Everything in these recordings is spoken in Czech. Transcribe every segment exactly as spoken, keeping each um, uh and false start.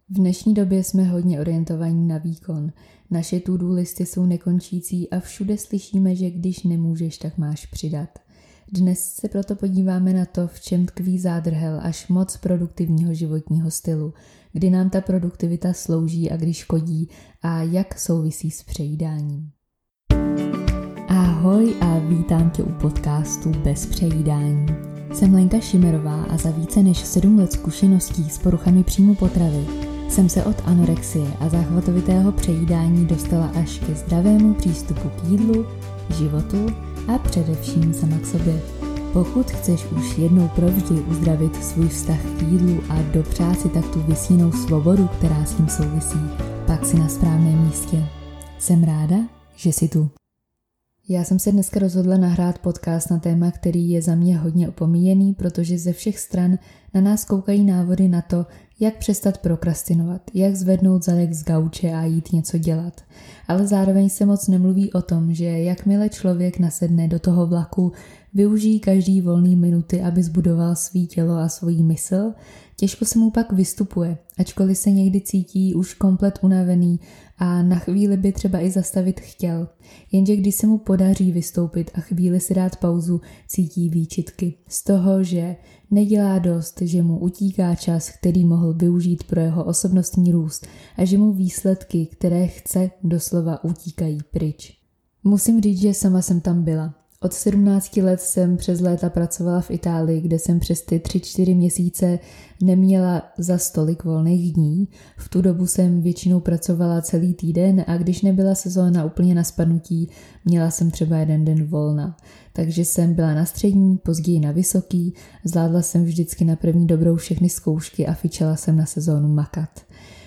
V dnešní době jsme hodně orientovaní na výkon. Naše to-do listy jsou nekončící a všude slyšíme, že když nemůžeš, tak máš přidat. Dnes se proto podíváme na to, v čem tkví zádrhel až moc produktivního životního stylu, kdy nám ta produktivita slouží a kdy škodí a jak souvisí s přejídáním. Ahoj a vítám tě u podcastu Bez přejídání. Jsem Lenka Šimerová a za více než sedm let zkušeností s poruchami příjmu potravy jsem se od anorexie a záchvatovitého přejídání dostala až ke zdravému přístupu k jídlu, životu a především sama k sobě. Pokud chceš už jednou provždy uzdravit svůj vztah k jídlu a dopřát si tak tu vysněnou svobodu, která s tím souvisí, pak si na správném místě. Jsem ráda, že jsi tu. Já jsem se dneska rozhodla nahrát podcast na téma, který je za mě hodně opomíjený, protože ze všech stran na nás koukají návody na to, jak přestat prokrastinovat, jak zvednout zadek z gauče a jít něco dělat. Ale zároveň se moc nemluví o tom, že jakmile člověk nasedne do toho vlaku, využijí každý volný minuty, aby zbudoval svý tělo a svoji mysl, těžko se mu pak vystupuje, ačkoliv se někdy cítí už komplet unavený a na chvíli by třeba i zastavit chtěl. Jenže když se mu podaří vystoupit a chvíli si dát pauzu, cítí výčitky z toho, že nedělá dost, že mu utíká čas, který mohl využít pro jeho osobnostní růst a že mu výsledky, které chce, doslova utíkají pryč. Musím říct, že sama jsem tam byla. Od sedmnácti let jsem přes léta pracovala v Itálii, kde jsem přes ty tři čtyři měsíce neměla za stolik volných dní. V tu dobu jsem většinou pracovala celý týden a když nebyla sezóna úplně na spadnutí, měla jsem třeba jeden den volna. Takže jsem byla na střední, později na vysoký, zvládla jsem vždycky na první dobrou všechny zkoušky a fičela jsem na sezónu makat.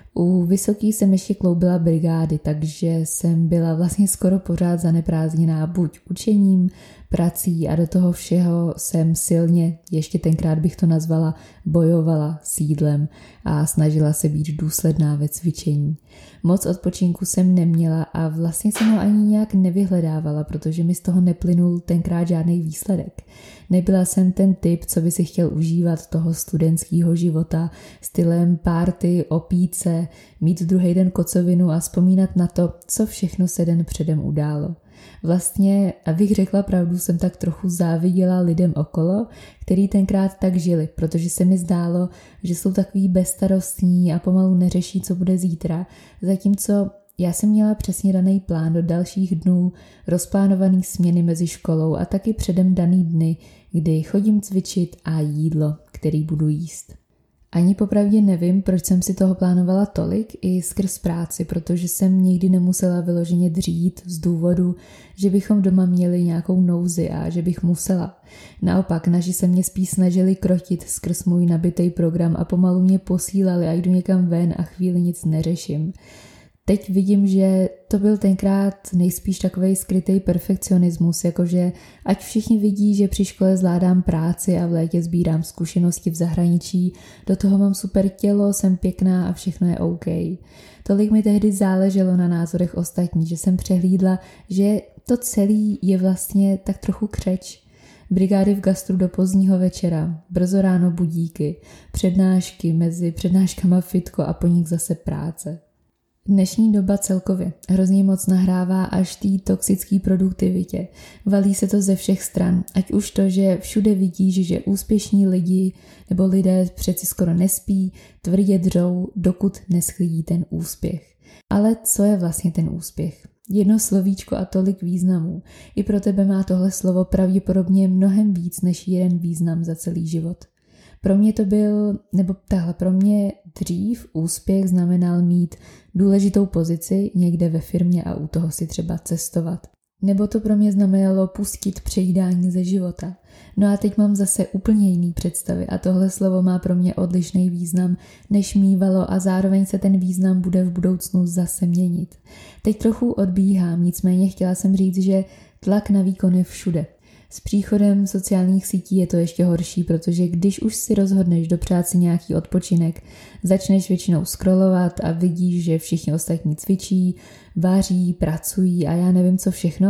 U vysoký jsem ještě kloubila brigády, takže jsem byla vlastně skoro pořád zaneprázdněná buď učením, prací a do toho všeho jsem silně, ještě tenkrát bych to nazvala, bojovala s jídlem a snažila se být důsledná ve cvičení. Moc odpočinku jsem neměla a vlastně jsem ho ani nějak nevyhledávala, protože mi z toho neplynul tenkrát žádný výsledek. Nebyla jsem ten typ, co by si chtěl užívat toho studentského života stylem party, opít se, mít druhý den kocovinu a vzpomínat na to, co všechno se den předem událo. Vlastně, abych řekla pravdu, jsem tak trochu záviděla lidem okolo, který tenkrát tak žili, protože se mi zdálo, že jsou takový bezstarostní a pomalu neřeší, co bude zítra, zatímco já jsem měla přesně daný plán do dalších dnů, rozplánovaný směny mezi školou a taky předem daný dny, kdy chodím cvičit a jídlo, který budu jíst. Ani popravdě nevím, proč jsem si toho plánovala tolik i skrz práci, protože jsem nikdy nemusela vyloženě dřít z důvodu, že bychom doma měli nějakou nouzi a že bych musela. Naopak, naši se mě spíš snažili krotit skrz můj nabitý program a pomalu mě posílali a jdu někam ven a chvíli nic neřeším. Teď vidím, že to byl tenkrát nejspíš takovej skrytý perfekcionismus, jakože ať všichni vidí, že při škole zvládám práci a v létě sbírám zkušenosti v zahraničí, do toho mám super tělo, jsem pěkná a všechno je OK. Tolik mi tehdy záleželo na názorech ostatních, že jsem přehlídla, že to celý je vlastně tak trochu křeč. Brigády v gastru do pozdního večera, brzo ráno budíky, přednášky, mezi přednáškama fitko a po nich zase práce. Dnešní doba celkově hrozně moc nahrává až té toxické produktivitě. Valí se to ze všech stran, ať už to, že všude vidíš, že úspěšní lidi nebo lidé přeci skoro nespí, tvrdě dřou, dokud neschlidí ten úspěch. Ale co je vlastně ten úspěch? Jedno slovíčko a tolik významů. I pro tebe má tohle slovo pravděpodobně mnohem víc než jeden význam za celý život. Pro mě to byl, nebo tahle, pro mě dřív úspěch znamenal mít důležitou pozici někde ve firmě a u toho si třeba cestovat. Nebo to pro mě znamenalo pustit přejídání ze života. No a teď mám zase úplně jiný představy a tohle slovo má pro mě odlišný význam, než mívalo a zároveň se ten význam bude v budoucnu zase měnit. Teď trochu odbíhám, nicméně chtěla jsem říct, že tlak na výkon je všude. S příchodem sociálních sítí je to ještě horší, protože když už si rozhodneš dopřát si nějaký odpočinek, začneš většinou scrollovat a vidíš, že všichni ostatní cvičí, vaří, pracují a já nevím co všechno,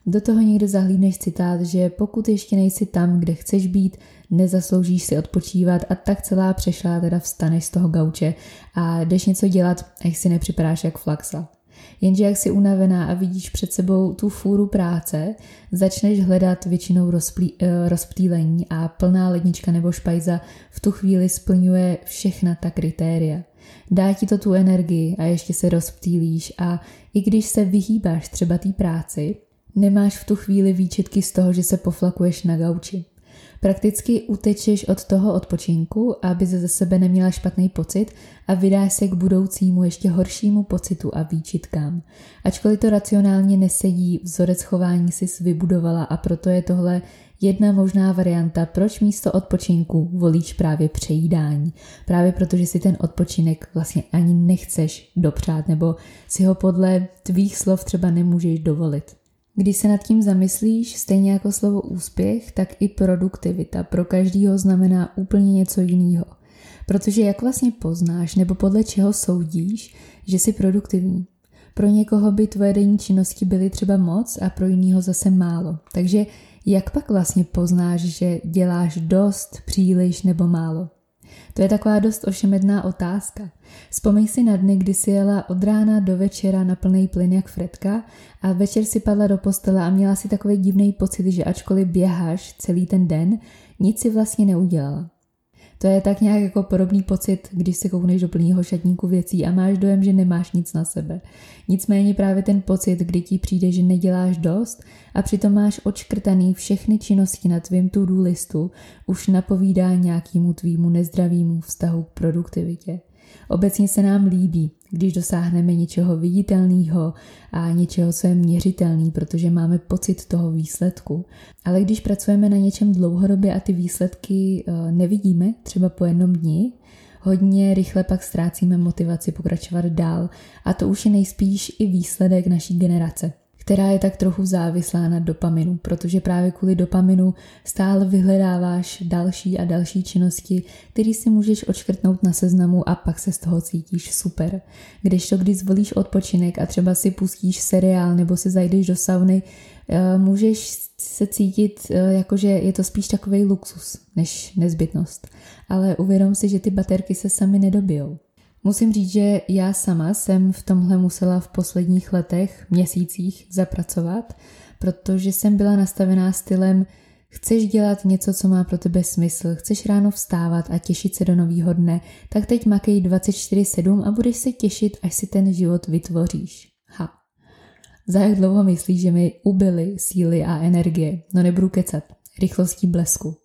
Do toho někde zahlídneš citát, že pokud ještě nejsi tam, kde chceš být, nezasloužíš si odpočívat a tak celá přešla teda vstaneš z toho gauče a jdeš něco dělat, až si nepřipadáš jak flaxa. Jenže jak jsi unavená a vidíš před sebou tu fůru práce, začneš hledat většinou rozplí, rozptýlení a plná lednička nebo špajza v tu chvíli splňuje všechna ta kritéria. Dá ti to tu energii a ještě se rozptýlíš a i když se vyhýbáš třeba té práci, nemáš v tu chvíli výčitky z toho, že se poflakuješ na gauči. Prakticky utečeš od toho odpočinku, aby ze sebe neměla špatný pocit a vydáš se k budoucímu ještě horšímu pocitu a výčitkám. Ačkoliv to racionálně nesedí, vzorec chování si vybudovala a proto je tohle jedna možná varianta, proč místo odpočinku volíš právě přejídání. Právě protože si ten odpočinek vlastně ani nechceš dopřát nebo si ho podle tvých slov třeba nemůžeš dovolit. Když se nad tím zamyslíš, stejně jako slovo úspěch, tak i produktivita pro každýho znamená úplně něco jiného. Protože jak vlastně poznáš nebo podle čeho soudíš, že jsi produktivní? Pro někoho by tvoje denní činnosti byly třeba moc a pro jiného zase málo. Takže jak pak vlastně poznáš, že děláš dost, příliš nebo málo? To je taková dost ošemetná otázka. Vzpomeň si na dny, kdy si jela od rána do večera na plný plyn jak Fredka a večer si padla do postele a měla si takový divný pocit, že ačkoliv běháš celý ten den, nic si vlastně neudělala. To je tak nějak jako podobný pocit, když si koukneš do plného šatníku věcí a máš dojem, že nemáš nic na sebe. Nicméně právě ten pocit, kdy ti přijde, že neděláš dost a přitom máš odškrtaný všechny činnosti na tvým to-do listu, už napovídá nějakému tvýmu nezdravému vztahu k produktivitě. Obecně se nám líbí, když dosáhneme něčeho viditelného a něčeho, co je měřitelný, protože máme pocit toho výsledku. Ale když pracujeme na něčem dlouhodobě a ty výsledky nevidíme, třeba po jednom dni, hodně rychle pak ztrácíme motivaci pokračovat dál a to už je nejspíš i výsledek naší generace, která je tak trochu závislá na dopaminu, protože právě kvůli dopaminu stále vyhledáváš další a další činnosti, které si můžeš odškrtnout na seznamu a pak se z toho cítíš super. Kdežto když zvolíš odpočinek a třeba si pustíš seriál nebo si zajdeš do sauny, můžeš se cítit, jakože je to spíš takovej luxus než nezbytnost. Ale uvědom si, že ty baterky se sami nedobijou. Musím říct, že já sama jsem v tomhle musela v posledních letech, měsících zapracovat, protože jsem byla nastavená stylem chceš dělat něco, co má pro tebe smysl, chceš ráno vstávat a těšit se do nového dne, tak teď makej dvacet čtyři sedm a budeš se těšit, až si ten život vytvoříš. Ha. Za jak dlouho myslíš, že mi ubyly síly a energie? No nebudu kecat. Rychlostí blesku.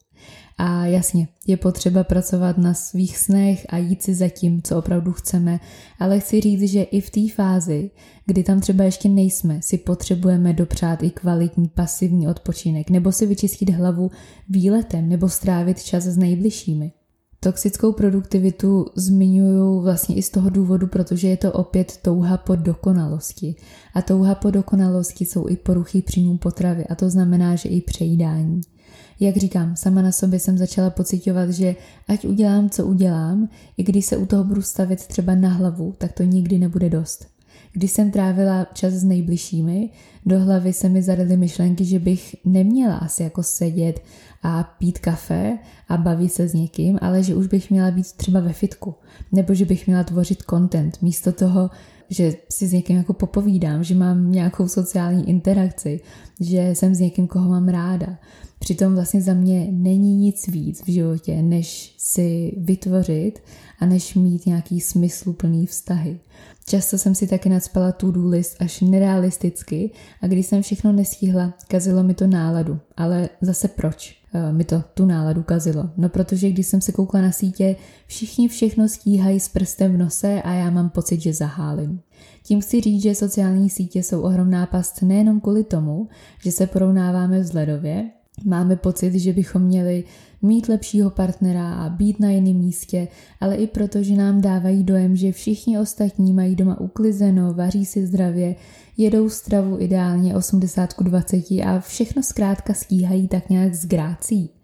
A jasně, je potřeba pracovat na svých snech a jít si za tím, co opravdu chceme, ale chci říct, že i v té fázi, kdy tam třeba ještě nejsme, si potřebujeme dopřát i kvalitní pasivní odpočinek, nebo si vyčistit hlavu výletem, nebo strávit čas s nejbližšími. Toxickou produktivitu zmiňuju vlastně i z toho důvodu, protože je to opět touha po dokonalosti. A touha po dokonalosti jsou i poruchy příjmu potravy, a to znamená, že i přejídání. Jak říkám, sama na sobě jsem začala pociťovat, že ať udělám, co udělám, i když se u toho budu stavit třeba na hlavu, tak to nikdy nebude dost. Když jsem trávila čas s nejbližšími, do hlavy se mi zadaly myšlenky, že bych neměla asi jako sedět a pít kafe a bavit se s někým, ale že už bych měla být třeba ve fitku, nebo že bych měla tvořit content, místo toho, že si s někým jako popovídám, že mám nějakou sociální interakci, že jsem s někým, koho mám ráda. Přitom vlastně za mě není nic víc v životě, než si vytvořit a než mít nějaký smysluplný vztahy. Často jsem si taky nacpala to-do list až nerealisticky a když jsem všechno nestihla, kazilo mi to náladu. Ale zase proč mi to tu náladu kazilo? No protože když jsem se koukla na sítě, všichni všechno stíhají s prstem v nose a já mám pocit, že zahálím. Tím chci říct, že sociální sítě jsou ohromná past nejenom kvůli tomu, že se porovnáváme vzhledově, máme pocit, že bychom měli mít lepšího partnera a být na jiném místě, ale i proto, že nám dávají dojem, že všichni ostatní mají doma uklizeno, vaří si zdravě, jedou stravu ideálně osmdesát ku dvaceti a všechno zkrátka stíhají tak nějak s grácí.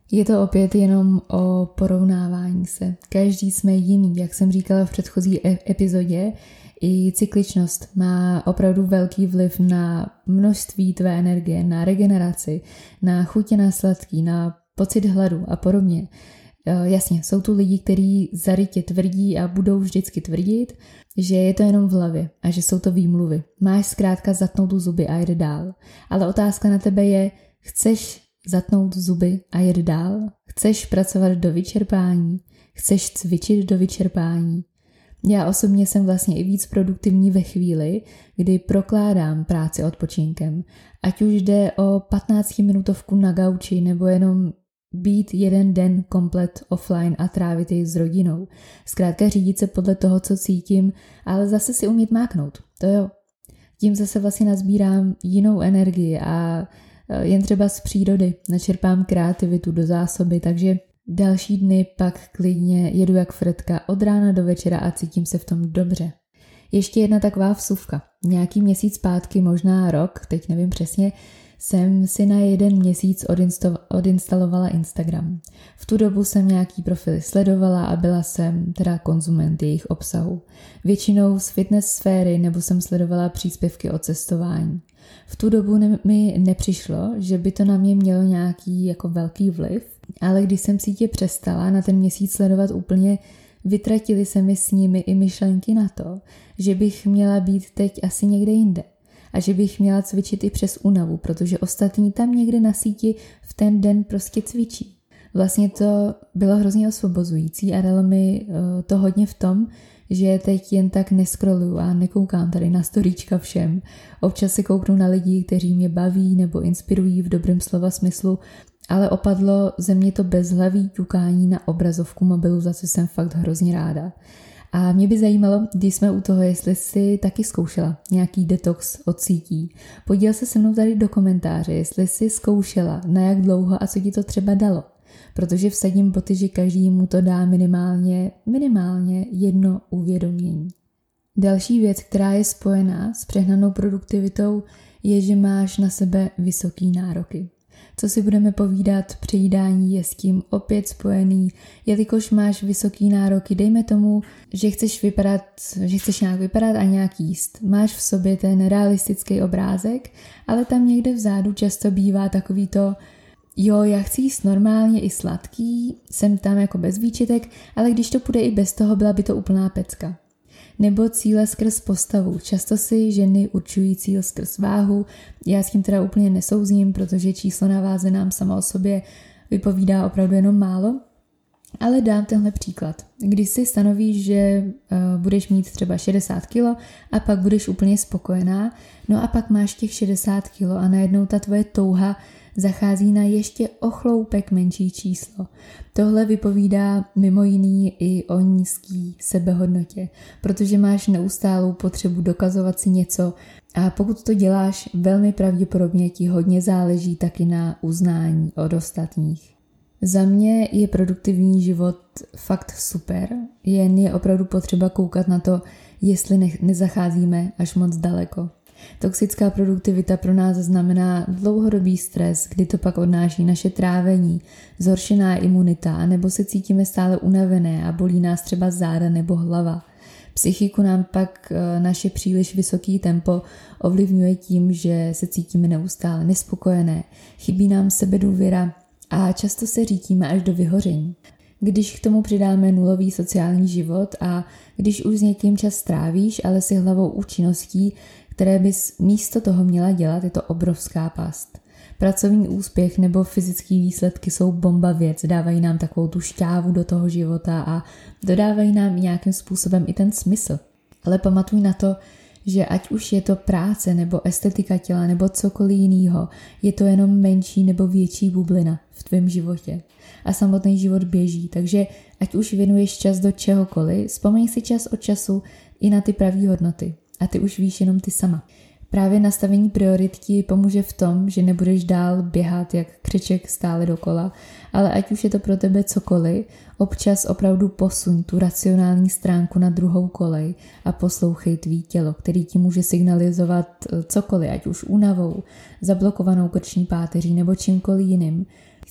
Je to opět jenom o porovnávání se. Každý jsme jiný, jak jsem říkala v předchozí epizodě, i cykličnost má opravdu velký vliv na množství tvé energie, na regeneraci, na chutě na sladký, na pocit hladu a podobně. Jasně, jsou tu lidi, kteří zarytě tvrdí a budou vždycky tvrdit, že je to jenom v hlavě a že jsou to výmluvy. Máš zkrátka zatnout zuby a jít dál. Ale otázka na tebe je, chceš zatnout zuby a jet dál? Chceš pracovat do vyčerpání? Chceš cvičit do vyčerpání? Já osobně jsem vlastně i víc produktivní ve chvíli, kdy prokládám práci odpočinkem. Ať už jde o patnáctiminutovku na gauči nebo jenom být jeden den komplet offline a trávit jej s rodinou. Zkrátka řídit se podle toho, co cítím, ale zase si umět máknout. To jo. Tím zase vlastně nazbírám jinou energii a jen třeba z přírody načerpám kreativitu do zásoby, takže další dny pak klidně jedu jak fretka od rána do večera a cítím se v tom dobře. Ještě jedna taková vsuvka. Nějaký měsíc zpátky, možná rok, teď nevím přesně, jsem si na jeden měsíc odinsto- odinstalovala Instagram. V tu dobu jsem nějaký profily sledovala a byla jsem teda konzument jejich obsahu. Většinou z fitness sféry nebo jsem sledovala příspěvky o cestování. V tu dobu ne- mi nepřišlo, že by to na mě mělo nějaký jako velký vliv, ale když jsem si tě přestala na ten měsíc sledovat úplně, vytratily se mi s nimi i myšlenky na to, že bych měla být teď asi někde jinde. A že bych měla cvičit i přes únavu, protože ostatní tam někde na síti v ten den prostě cvičí. Vlastně to bylo hrozně osvobozující a dalo mi to hodně v tom, že teď jen tak neskroluju a nekoukám tady na storíčka všem. Občas si kouknu na lidi, kteří mě baví nebo inspirují v dobrém slova smyslu, ale opadlo ze mě to bezhlaví ťukání na obrazovku mobilu, za co jsem fakt hrozně ráda. A mě by zajímalo, když jsme u toho, jestli jsi taky zkoušela nějaký detox od sítí. Podíl se se mnou tady do komentáře, jestli jsi zkoušela, na jak dlouho a co ti to třeba dalo. Protože vsadím boty, že každý mu to dá minimálně, minimálně jedno uvědomění. Další věc, která je spojená s přehnanou produktivitou, je, že máš na sebe vysoký nároky. Co si budeme povídat, přejídání je s tím opět spojený, jelikož máš vysoký nároky, dejme tomu, že chceš vypadat, že chceš nějak vypadat a nějak jíst. Máš v sobě ten realistický obrázek, ale tam někde vzadu často bývá takový to, jo, já chci jíst normálně i sladký, jsem tam jako bez výčitek, ale když to půjde i bez toho, byla by to úplná pecka. Nebo cíle skrz postavu. Často si ženy určují cíl skrz váhu. Já s tím teda úplně nesouzním, protože číslo na váze nám sama o sobě vypovídá opravdu jenom málo. Ale dám tenhle příklad. Když si stanovíš, že uh, budeš mít třeba šedesát kilo a pak budeš úplně spokojená, no a pak máš těch šedesát kilo a najednou ta tvoje touha zachází na ještě o chloupek menší číslo. Tohle vypovídá mimo jiný i o nízký sebehodnotě, protože máš neustálou potřebu dokazovat si něco a pokud to děláš, velmi pravděpodobně ti hodně záleží taky na uznání od ostatních. Za mě je produktivní život fakt super, jen je opravdu potřeba koukat na to, jestli ne- nezacházíme až moc daleko. Toxická produktivita pro nás znamená dlouhodobý stres, kdy to pak odnáší naše trávení, zhoršená imunita, nebo se cítíme stále unavené a bolí nás třeba záda nebo hlava. Psychiku nám pak naše příliš vysoký tempo ovlivňuje tím, že se cítíme neustále nespokojené, chybí nám sebedůvěra a často se řítíme až do vyhoření. Když k tomu přidáme nulový sociální život a když už s někým čas strávíš, ale si hlavou účinností, které bys místo toho měla dělat, je to obrovská past. Pracovní úspěch nebo fyzické výsledky jsou bomba věc, dávají nám takovou tu šťávu do toho života a dodávají nám nějakým způsobem i ten smysl. Ale pamatuj na to, že ať už je to práce nebo estetika těla nebo cokoliv jiného, je to jenom menší nebo větší bublina v tvém životě. A samotný život běží, takže ať už věnuješ čas do čehokoliv, vzpomeň si čas od času i na ty pravý hodnoty. A ty už víš jenom ty sama. Právě nastavení priorit ti pomůže v tom, že nebudeš dál běhat jak křeček stále dokola, ale ať už je to pro tebe cokoliv, občas opravdu posuň tu racionální stránku na druhou kolej a poslouchej tvý tělo, který ti může signalizovat cokoliv, ať už únavou, zablokovanou krční páteří nebo čímkoliv jiným.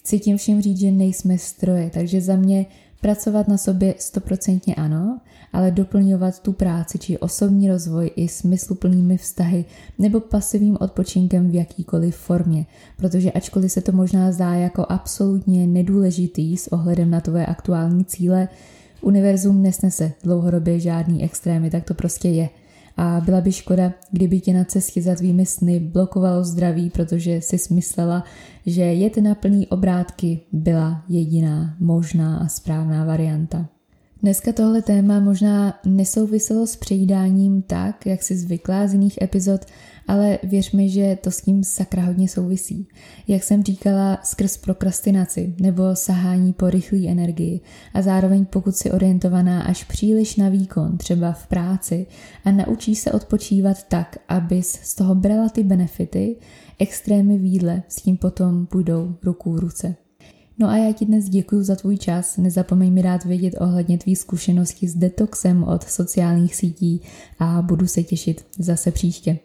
Chci tím všem říct, že nejsme stroje, takže za mě pracovat na sobě stoprocentně ano, ale doplňovat tu práci či osobní rozvoj i smysluplnými vztahy nebo pasivním odpočinkem v jakýkoliv formě, protože ačkoliv se to možná zdá jako absolutně nedůležitý s ohledem na tvoje aktuální cíle, univerzum nesnese dlouhodobě žádný extrémy, tak to prostě je. A byla by škoda, kdyby tě na cestě za tvými sny blokovalo zdraví, protože jsi smyslela, že jet na plný obrátky byla jediná možná a správná varianta. Dneska tohle téma možná nesouviselo s přejídáním tak, jak si zvyklá z jiných epizod, ale věř mi, že to s tím sakra hodně souvisí. Jak jsem říkala, skrz prokrastinaci nebo sahání po rychlé energii a zároveň pokud si orientovaná až příliš na výkon, třeba v práci a naučíš se odpočívat tak, abys z toho brala ty benefity, extrémy v jídle s tím potom půjdou ruku v ruce. No a já ti dnes děkuju za tvůj čas, nezapomeň mi dát vědět ohledně tvý zkušenosti s detoxem od sociálních sítí a budu se těšit zase příště.